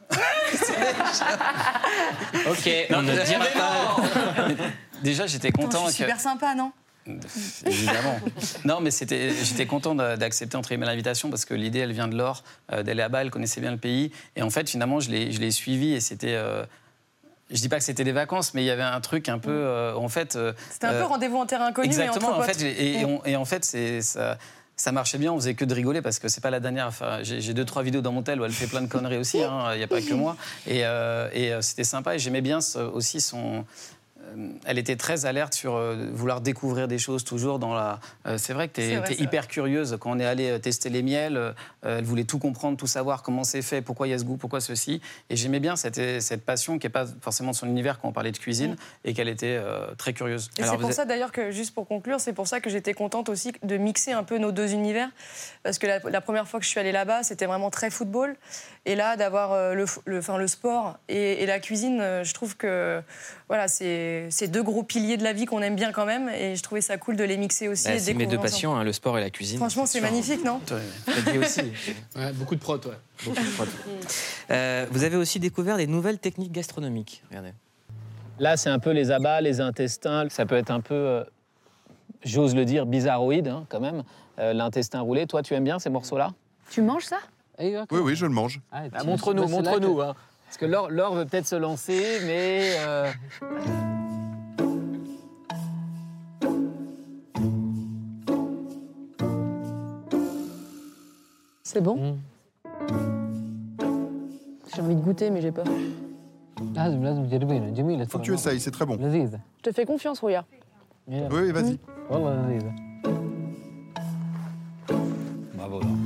Speaker 1: Ok, on ne dira pas.
Speaker 8: Déjà, j'étais content.
Speaker 14: Attends, je suis super
Speaker 8: que...
Speaker 14: sympa, non ?
Speaker 8: Évidemment. Non, mais c'était, j'étais content d'accepter entre guillemets l'invitation parce que l'idée, elle vient de Laure, euh, d'aller là-bas, elle connaissait bien le pays. Et en fait, finalement, je l'ai, je l'ai suivi et c'était... Euh, je dis pas que c'était des vacances, mais il y avait un truc un peu... Euh, en fait... Euh,
Speaker 14: c'était un peu rendez-vous en terrain inconnu,
Speaker 8: exactement,
Speaker 14: mais entre
Speaker 8: en
Speaker 14: potes.
Speaker 8: fait, et, et, on, et en fait, c'est... Ça, ça marchait bien, on faisait que de rigoler parce que c'est pas la dernière. Enfin, j'ai, j'ai deux trois vidéos dans mon tel où elle fait plein de conneries aussi. Il hein, n'y a pas que moi. Et, euh, et euh, c'était sympa. Et j'aimais bien ce, aussi son. Euh, elle était très alerte sur euh, vouloir découvrir des choses toujours dans la. Euh, c'est vrai que tu es hyper curieuse quand on est allé tester les miels. Euh, elle voulait tout comprendre, tout savoir, comment c'est fait, pourquoi il y a ce goût, pourquoi ceci. Et j'aimais bien cette, cette passion qui n'est pas forcément de son univers quand on parlait de cuisine mmh. et qu'elle était euh, très curieuse.
Speaker 14: Et Alors c'est pour êtes... ça d'ailleurs que, juste pour conclure, c'est pour ça que j'étais contente aussi de mixer un peu nos deux univers. Parce que la, la première fois que je suis allée là-bas, c'était vraiment très football. Et là, d'avoir euh, le, le, enfin, le sport et, et la cuisine, euh, je trouve que voilà, c'est, c'est deux gros piliers de la vie qu'on aime bien quand même. Et je trouvais ça cool de les mixer aussi.
Speaker 1: Bah,
Speaker 14: et
Speaker 1: c'est mes deux passions, hein, le sport et la cuisine.
Speaker 14: Franchement, c'est, c'est magnifique, non ?
Speaker 1: Ouais, aussi.
Speaker 2: Ouais, beaucoup de prot, ouais. Beaucoup de prot.
Speaker 1: euh, vous avez aussi découvert des nouvelles techniques gastronomiques. Regardez.
Speaker 11: Là, c'est un peu les abats, les intestins. Ça peut être un peu, euh, j'ose le dire, bizarroïde hein, quand même. Euh, l'intestin roulé. Toi, tu aimes bien ces morceaux-là ?
Speaker 14: Tu manges ça ?
Speaker 18: Oui, oui, je le mange.
Speaker 11: Ah, ah, montre-nous, montre-nous. Que... Hein. Parce que Laure, Laure veut peut-être se lancer, mais... Euh...
Speaker 14: C'est bon mmh. J'ai envie de goûter, mais j'ai peur.
Speaker 18: Faut que tu essayes, c'est très bon.
Speaker 14: Je te fais confiance, Rouya.
Speaker 18: Oui, oui, vas-y.
Speaker 11: Mmh. Bravo, Laure.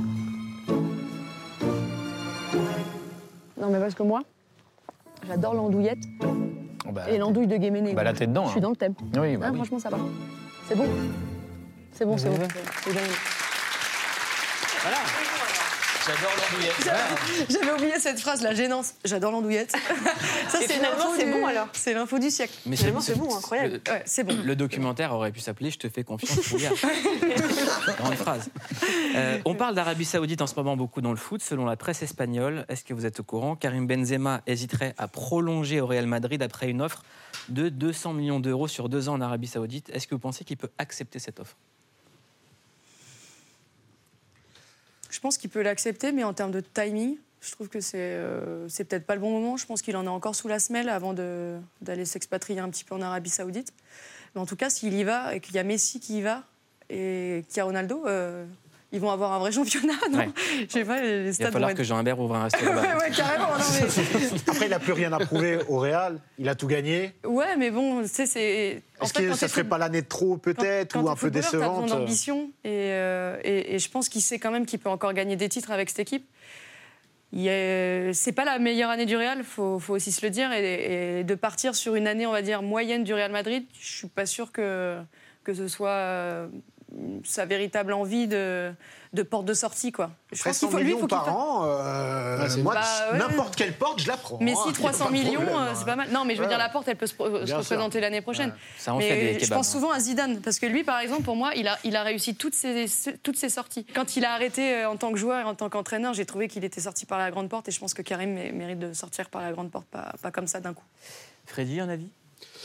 Speaker 14: Non, mais parce que moi, j'adore l'andouillette.
Speaker 11: Oh bah,
Speaker 10: Et l'andouille de Guéméné.
Speaker 11: Bah là, t'es dedans.
Speaker 10: Je suis
Speaker 11: hein.
Speaker 10: dans le thème.
Speaker 11: Oui, bah
Speaker 10: Ah,
Speaker 11: oui.
Speaker 10: franchement, ça va. C'est bon. C'est bon, c'est bon.
Speaker 11: Ouais.
Speaker 10: C'est gagné.
Speaker 11: Voilà. J'adore l'andouillette.
Speaker 14: J'avais- J'avais oublié cette phrase, la gênance. J'adore l'andouillette. Ça,
Speaker 15: Et
Speaker 14: c'est
Speaker 15: finalement,
Speaker 14: l'info
Speaker 15: c'est
Speaker 14: du-
Speaker 15: bon, alors.
Speaker 14: C'est l'info du siècle.
Speaker 1: Mais
Speaker 15: Finalement, c'est bon, incroyable.
Speaker 1: Le,
Speaker 14: Ouais, c'est bon.
Speaker 1: le documentaire aurait pu s'appeler Je te fais confiance, Pouya. Grande phrase. Euh, on parle d'Arabie Saoudite en ce moment beaucoup dans le foot. Selon la presse espagnole, est-ce que vous êtes au courant? Karim Benzema hésiterait à prolonger au Real Madrid après une offre de deux cents millions d'euros sur deux ans en Arabie Saoudite. Est-ce que vous pensez qu'il peut accepter cette offre?
Speaker 14: Je pense qu'il peut l'accepter, mais en termes de timing, je trouve que c'est euh, c'est peut-être pas le bon moment. Je pense qu'il en est encore sous la semelle avant de- d'aller s'expatrier un petit peu en Arabie Saoudite. Mais en tout cas, s'il y va et qu'il y a Messi qui y va et qu'il y a Ronaldo, euh, ils vont avoir un vrai championnat, non?
Speaker 1: Ouais.
Speaker 14: Je sais pas, les
Speaker 1: Il va
Speaker 14: stades
Speaker 1: falloir
Speaker 14: vont être...
Speaker 1: que Jean Imbert ouvre un restaurant.
Speaker 14: ouais, ouais, carrément. Non, mais...
Speaker 12: Après, il n'a plus rien à prouver au Real. Il a tout gagné.
Speaker 14: Ouais, mais bon, tu sais, c'est... en
Speaker 12: Est-ce
Speaker 14: fait,
Speaker 12: que
Speaker 14: quand
Speaker 12: ça
Speaker 14: t'es
Speaker 12: serait
Speaker 14: foot-
Speaker 12: pas l'année de trop, peut-être,
Speaker 14: quand
Speaker 12: ou
Speaker 14: t'es
Speaker 12: un peu
Speaker 14: footballeur, t'as besoin
Speaker 12: décevante?
Speaker 14: d'ambition et, euh, et, et je pense qu'il sait quand même qu'il peut encore gagner des titres avec cette équipe. Il y a- C'est pas la meilleure année du Real, faut, faut aussi se le dire, et, et de partir sur une année, on va dire, moyenne du Real Madrid, je suis pas sûre que, que ce soit euh, sa véritable envie de, de porte de sortie, quoi. Je
Speaker 12: Après
Speaker 14: pense qu'il
Speaker 12: cent
Speaker 14: faut- lui,
Speaker 12: millions
Speaker 14: faut qu'il
Speaker 12: par
Speaker 14: fa-
Speaker 12: an, euh,
Speaker 14: Ouais, c'est-
Speaker 12: moi,
Speaker 14: Bah, ouais.
Speaker 12: n'importe quelle porte, je la prends.
Speaker 14: Mais
Speaker 12: hein.
Speaker 14: si
Speaker 12: Y a
Speaker 14: trois cents
Speaker 12: pas de
Speaker 14: millions,
Speaker 12: problème,
Speaker 14: euh,
Speaker 12: hein.
Speaker 14: c'est pas mal. Non, mais je veux
Speaker 12: Ouais.
Speaker 14: dire, la porte, elle peut se, pro- se
Speaker 12: sûr.
Speaker 14: représenter l'année prochaine.
Speaker 1: Ça en fait
Speaker 14: mais
Speaker 1: des
Speaker 14: je
Speaker 1: kebabs,
Speaker 14: pense
Speaker 1: hein.
Speaker 14: souvent à Zidane, parce que lui, par exemple, pour moi, il a, il a réussi toutes ses, toutes ses sorties. Quand il a arrêté euh, en tant que joueur et en tant qu'entraîneur, j'ai trouvé qu'il était sorti par la grande porte, et je pense que Karim mé- mérite de sortir par la grande porte, pas, pas comme ça d'un coup.
Speaker 1: Freddy, un avis?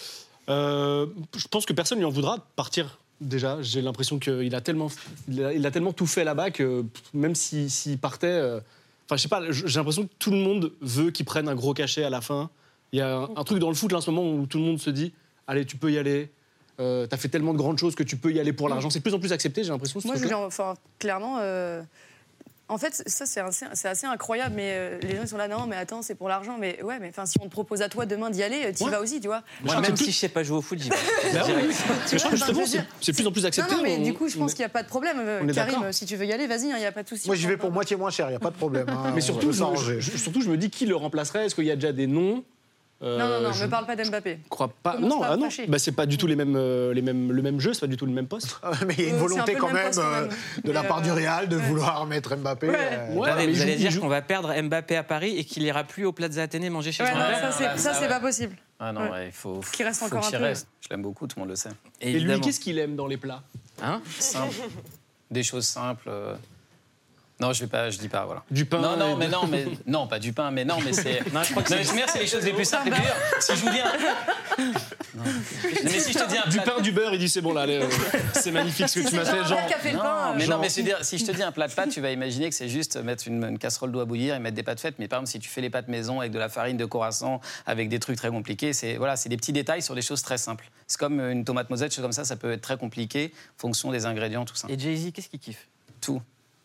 Speaker 2: Euh, je pense que personne ne lui en voudra de partir. Déjà, j'ai l'impression qu'il a tellement, il a, il a tellement tout fait là-bas que pff, même s'il s'il partait, euh, enfin, je sais pas, j'ai l'impression que tout le monde veut qu'il prenne un gros cachet à la fin. Il y a un, un truc dans le foot là en ce moment où tout le monde se dit, allez, tu peux y aller. Euh, t'as fait tellement de grandes choses que tu peux y aller pour l'argent. C'est de plus en plus accepté, j'ai l'impression. ce
Speaker 14: Moi, je
Speaker 2: truc-là.
Speaker 14: lui en- enfin, clairement. euh, En fait, ça, c'est assez, c'est assez incroyable, mais euh, les gens ils sont là, non, mais attends, c'est pour l'argent. Mais ouais, mais enfin, si on te propose à toi demain d'y aller, tu y
Speaker 2: Ouais.
Speaker 14: vas aussi, tu vois.
Speaker 1: Moi,
Speaker 14: Genre,
Speaker 1: même
Speaker 14: tu-
Speaker 1: si je sais pas jouer au foot, j'y vais.
Speaker 2: Bah
Speaker 1: Je
Speaker 2: oui,
Speaker 1: dirais.
Speaker 2: oui. Mais je crois que justement, c'est c'est de plus en plus accepté.
Speaker 14: Non, non, mais
Speaker 2: on-
Speaker 14: du coup, je
Speaker 2: on
Speaker 14: pense
Speaker 2: est-
Speaker 14: qu'il n'y a pas de problème.
Speaker 2: on est
Speaker 14: Karim,
Speaker 2: d'accord.
Speaker 14: si tu veux y aller, vas-y, il n'y a pas de souci.
Speaker 12: Moi, j'y vais pour moitié moins cher, il n'y a pas de problème. hein.
Speaker 2: Mais
Speaker 12: On
Speaker 2: surtout,
Speaker 12: peut
Speaker 2: je,
Speaker 12: s'arranger.
Speaker 2: je- surtout, je me dis qui le remplacerait. Est-ce qu'il y a déjà des noms? Euh,
Speaker 14: Non, non, non,
Speaker 2: je
Speaker 14: me parle pas d'Mbappé.
Speaker 2: crois pas.
Speaker 14: Commence
Speaker 2: Non,
Speaker 14: pas à
Speaker 2: ah non.
Speaker 14: fâcher.
Speaker 2: Bah, c'est pas du tout les mêmes, euh, les mêmes, le même jeu, c'est pas du tout le même poste.
Speaker 12: Mais il y a une
Speaker 14: Euh, c'est un
Speaker 12: volonté
Speaker 14: peu le
Speaker 12: quand
Speaker 14: même
Speaker 12: même,
Speaker 14: poste, quand
Speaker 12: euh,
Speaker 14: même.
Speaker 12: de la
Speaker 14: Mais,
Speaker 12: part du
Speaker 14: euh,
Speaker 12: Real de
Speaker 14: ouais.
Speaker 12: vouloir mettre Mbappé.
Speaker 14: Ouais.
Speaker 12: euh,
Speaker 2: Ouais,
Speaker 1: Attendez,
Speaker 2: mais
Speaker 1: vous
Speaker 2: il
Speaker 1: allez
Speaker 2: joue- il
Speaker 1: dire
Speaker 2: joue-
Speaker 1: qu'on va perdre Mbappé à Paris et qu'il ira plus au Plaza Athénée manger chez
Speaker 14: Ouais,
Speaker 1: Jean
Speaker 14: non,
Speaker 1: Imbert?
Speaker 14: ça, c'est-
Speaker 11: Ah,
Speaker 14: ça,
Speaker 11: ça,
Speaker 14: c'est
Speaker 11: ouais.
Speaker 14: pas possible.
Speaker 11: Ah non,
Speaker 14: Ouais.
Speaker 11: ouais, il faut,
Speaker 14: Qu'il reste
Speaker 11: faut
Speaker 14: encore
Speaker 11: qu'il
Speaker 14: un peu.
Speaker 11: reste. Je l'aime beaucoup, tout le monde le sait.
Speaker 2: Et lui,
Speaker 1: Évidemment.
Speaker 2: qu'est-ce qu'il aime dans les plats?
Speaker 1: Hein?
Speaker 11: Simple. Des choses simples. euh. Non, je vais pas, je dis pas, voilà.
Speaker 2: Du pain
Speaker 11: Non, non,
Speaker 2: et-
Speaker 11: mais non, mais non, pas du pain, mais non, mais c'est.
Speaker 1: Non, je crois que
Speaker 11: Non,
Speaker 1: c'est-
Speaker 11: mais je veux dire, c'est les choses les plus simples. Et d'ailleurs, si je vous dis un... Non. Mais si je te dis un
Speaker 2: Du
Speaker 11: plat-
Speaker 2: pain, du beurre, il dit c'est bon là, allez, euh, c'est magnifique ce que tu m'as fait, genre.
Speaker 14: Qui a fait le
Speaker 11: Non,
Speaker 14: pain,
Speaker 11: mais
Speaker 14: euh,
Speaker 11: non,
Speaker 2: genre-
Speaker 11: mais c'est dire, si je te dis un plat de pâtes, tu vas imaginer que c'est juste mettre une, une casserole d'eau à bouillir et mettre des pâtes faites. Mais par exemple, si tu fais les pâtes maison avec de la farine de croissant, avec des trucs très compliqués, c'est voilà, c'est des petits détails sur des choses très simples. C'est comme une tomate moselle, chose comme ça, ça peut être très compliqué, en fonction des ingrédients, tout ça.
Speaker 1: Et Jay-Z, qu'est-ce qu'il kiffe?
Speaker 11: Tout.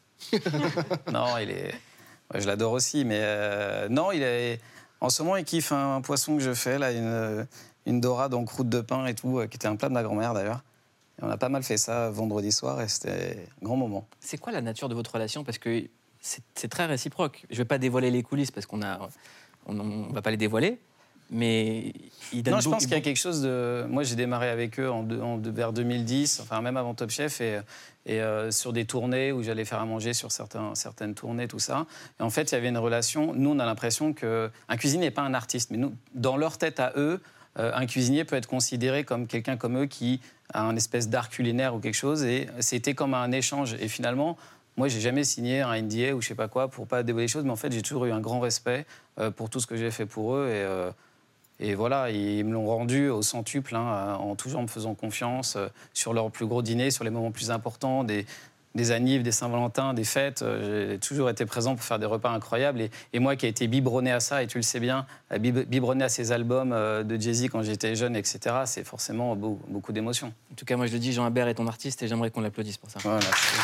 Speaker 11: Non, il est. Ouais, je l'adore aussi, mais euh, non, il est. En ce moment, il kiffe un, poisson que je fais là, une, une dorade en croûte de pain et tout, euh, qui était un plat de ma grand-mère d'ailleurs. Et on a pas mal fait ça vendredi soir et c'était un grand moment.
Speaker 1: C'est quoi la nature de votre relation? Parce que c'est c'est très réciproque. Je ne vais pas dévoiler les coulisses parce qu'on a, on ne va pas les dévoiler. Mais il donne
Speaker 11: Non, je
Speaker 1: beaucoup-
Speaker 11: pense qu'il y a quelque chose de. Moi, j'ai démarré avec eux en deux- en deux- vers deux mille dix, enfin même avant Top Chef, et, et euh, sur des tournées où j'allais faire à manger sur certains, certaines tournées, tout ça. Et en fait, il y avait une relation. Nous, on a l'impression qu'un cuisinier n'est pas un artiste, mais nous, dans leur tête à eux, euh, un cuisinier peut être considéré comme quelqu'un comme eux qui a un espèce d'art culinaire ou quelque chose. Et c'était comme un échange. Et finalement. Moi, j'ai jamais signé un N D A ou je sais pas quoi pour pas dévoiler les choses, mais en fait, j'ai toujours eu un grand respect euh, pour tout ce que j'ai fait pour eux. Et, euh, et voilà, ils me l'ont rendu au centuple, hein, en toujours me faisant confiance euh, sur leurs plus gros dîners, sur les moments plus importants, des, des annives, des Saint-Valentin, des fêtes. Euh, j'ai toujours été présent pour faire des repas incroyables. Et, et moi qui ai été biberonné à ça, et tu le sais bien, euh, bib- biberonné à ces albums euh, de Jay-Z quand j'étais jeune, et cetera, c'est forcément beau- beaucoup d'émotions.
Speaker 1: En tout cas, moi, je le dis, Jean Imbert est ton artiste et j'aimerais qu'on l'applaudisse pour ça.
Speaker 11: Voilà.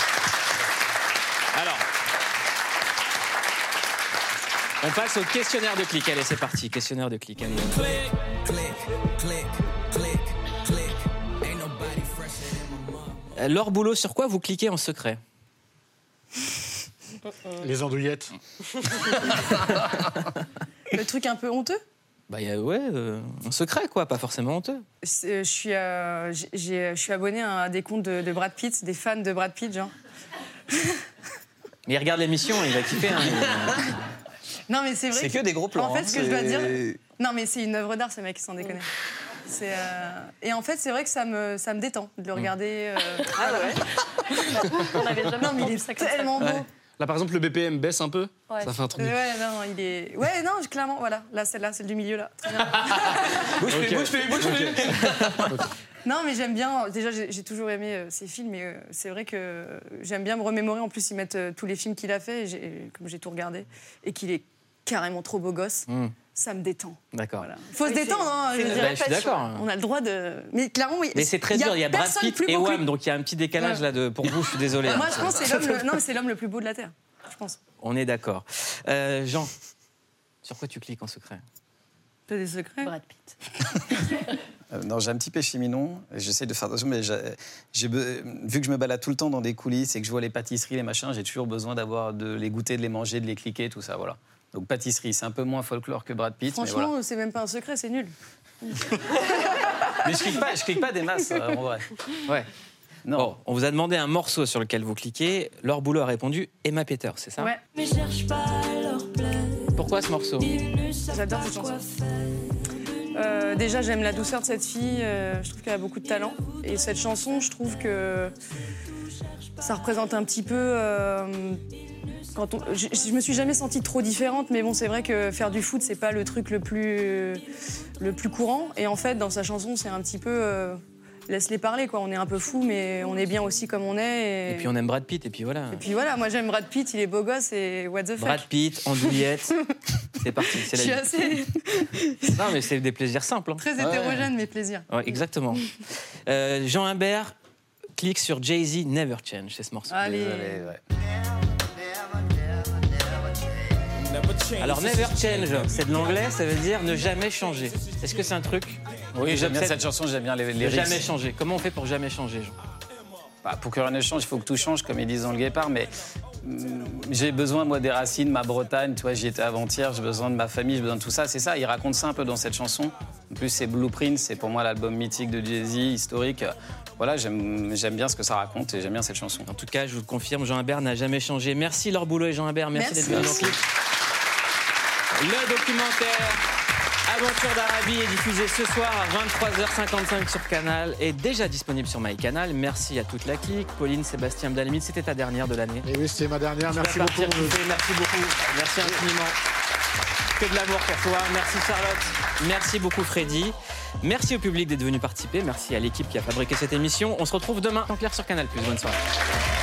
Speaker 1: Alors, on passe au questionnaire de clic. Allez, c'est parti. Questionnaire de clic. Allez. Euh, Laure Boulot, sur quoi vous cliquez en secret?
Speaker 12: Les andouillettes.
Speaker 14: Le truc un peu honteux.
Speaker 1: Bah, y a, ouais, euh, un secret, quoi, pas forcément honteux.
Speaker 14: Je suis, euh, j'ai, je suis abonnée à des comptes de, de Brad Pitt, des fans de Brad Pitt, genre.
Speaker 1: Mais il regarde l'émission, il va kiffer. Hein, il...
Speaker 14: Non, mais c'est vrai.
Speaker 11: C'est que, que des gros plans.
Speaker 14: En fait,
Speaker 11: hein,
Speaker 14: ce que je dois dire. Non, mais c'est une œuvre d'art, ce mec, sans déconner. C'est, euh... Et en fait, c'est vrai que ça me, ça me détend de le regarder. Euh...
Speaker 15: Ah ouais. On avait jamais
Speaker 14: non, mais il est tellement beau.
Speaker 2: Ouais. Là, par exemple, le B P M baisse un peu.
Speaker 14: Ouais.
Speaker 2: Ça fait un truc.
Speaker 14: Ouais, non, il est. Ouais, non, clairement, voilà. Là, celle-là, celle du milieu, là. Très bien.
Speaker 11: bouge plus, bouge plus, bouge plus.
Speaker 14: Non, mais j'aime bien. Déjà, j'ai, j'ai toujours aimé euh, ses films, mais euh, c'est vrai que j'aime bien me remémorer. En plus, ils mettent euh, tous les films qu'il a fait, et j'ai, comme j'ai tout regardé, et qu'il est carrément trop beau gosse. Mm. Ça me détend.
Speaker 1: D'accord.
Speaker 14: Voilà. Faut oui, se détendre, hein.
Speaker 1: Je, bah, je suis d'accord.
Speaker 14: On a le droit de. Mais clairement, oui.
Speaker 1: Mais c'est très dur. Il y a Brad Pitt et Wham, donc il y a un petit décalage ouais. là de. Pour vous, je suis désolé.
Speaker 14: Moi, je pense que c'est l'homme. Le... Non, mais c'est l'homme le plus beau de la terre. Je pense.
Speaker 1: On est d'accord. Euh, Jean, sur quoi tu cliques en secret?
Speaker 14: T'as des secrets?
Speaker 15: Brad Pitt.
Speaker 11: euh, non, j'ai un petit péché mignon. J'essaie de faire attention, mais j'ai, j'ai, vu que je me balade tout le temps dans des coulisses et que je vois les pâtisseries, les machins, j'ai toujours besoin d'avoir de les goûter, de les manger, de les cliquer, tout ça, voilà. Donc pâtisserie, c'est un peu moins folklore que Brad Pitt.
Speaker 14: Franchement,
Speaker 11: mais voilà.
Speaker 14: C'est même pas un secret, c'est nul.
Speaker 11: Mais je clique pas, je clique pas des masses, euh, en vrai.
Speaker 1: Ouais. Non. Bon, on vous a demandé un morceau sur lequel vous cliquez. Laure Boulot a répondu Emma Peters, c'est ça?
Speaker 14: Ouais.
Speaker 17: Mais cherche pas leur plaie.
Speaker 1: Pourquoi ce morceau?
Speaker 14: J'adore cette chanson. Euh, déjà, j'aime la douceur de cette fille. Euh, je trouve qu'elle a beaucoup de talent. Et cette chanson, je trouve que ça représente un petit peu. Euh, quand on, je, je me suis jamais sentie trop différente, mais bon, c'est vrai que faire du foot, c'est pas le truc le plus, le plus courant. Et en fait, dans sa chanson, c'est un petit peu. Euh, Laisse-les parler, quoi. On est un peu fous, mais on est bien aussi comme on est. Et,
Speaker 1: et puis on aime Brad Pitt, et puis voilà.
Speaker 14: Et puis voilà, moi j'aime Brad Pitt, il est beau gosse et what the fuck.
Speaker 1: Brad Pitt, andouillette, c'est parti, c'est la
Speaker 14: Je suis
Speaker 1: vie. Assez... Non, mais c'est des plaisirs simples. Hein.
Speaker 14: Très hétérogène, ouais. Mes plaisirs.
Speaker 1: Ouais, exactement. euh, Jean Humbert clique sur Jay-Z, Never Change, c'est ce morceau.
Speaker 14: Allez.
Speaker 11: Désolé, ouais.
Speaker 1: Alors, never change, c'est de l'anglais, ça veut dire ne jamais changer. Est-ce que c'est un truc?
Speaker 11: Oui, j'aime bien cette chanson, j'aime bien les, les
Speaker 1: Ne jamais changer. Comment on fait pour jamais changer, Jean?
Speaker 11: Bah, pour que rien ne change, il faut que tout change, comme ils disent dans le Guépard, mais hum, j'ai besoin, moi, des racines, ma Bretagne, tu vois, j'y étais avant-hier, j'ai besoin de ma famille, j'ai besoin de tout ça, c'est ça, il raconte ça un peu dans cette chanson. En plus, c'est Blueprint, c'est pour moi l'album mythique de Jay-Z, historique. Voilà, j'aime, j'aime bien ce que ça raconte et j'aime bien cette chanson.
Speaker 1: En tout cas, je vous confirme, Jean Humbert n'a jamais changé. Merci Laure Boulot et Jean Humbert, merci, merci. d'être venus dans Clic. Le documentaire Aventure d'Arabie est diffusé ce soir à vingt-trois heures cinquante-cinq sur Canal et déjà disponible sur MyCanal. Merci à toute la clique. Pauline, Sébastien Abdelhamid, c'était ta dernière de l'année.
Speaker 12: Et oui, c'était ma dernière.
Speaker 1: Tu
Speaker 12: merci
Speaker 1: vas
Speaker 12: beaucoup.
Speaker 1: Partir, merci beaucoup. Merci infiniment. Que de l'amour pour toi. Merci Charlotte. Merci beaucoup Freddy. Merci au public d'être venu participer. Merci à l'équipe qui a fabriqué cette émission. On se retrouve demain en clair sur Canal+. Bonne soirée.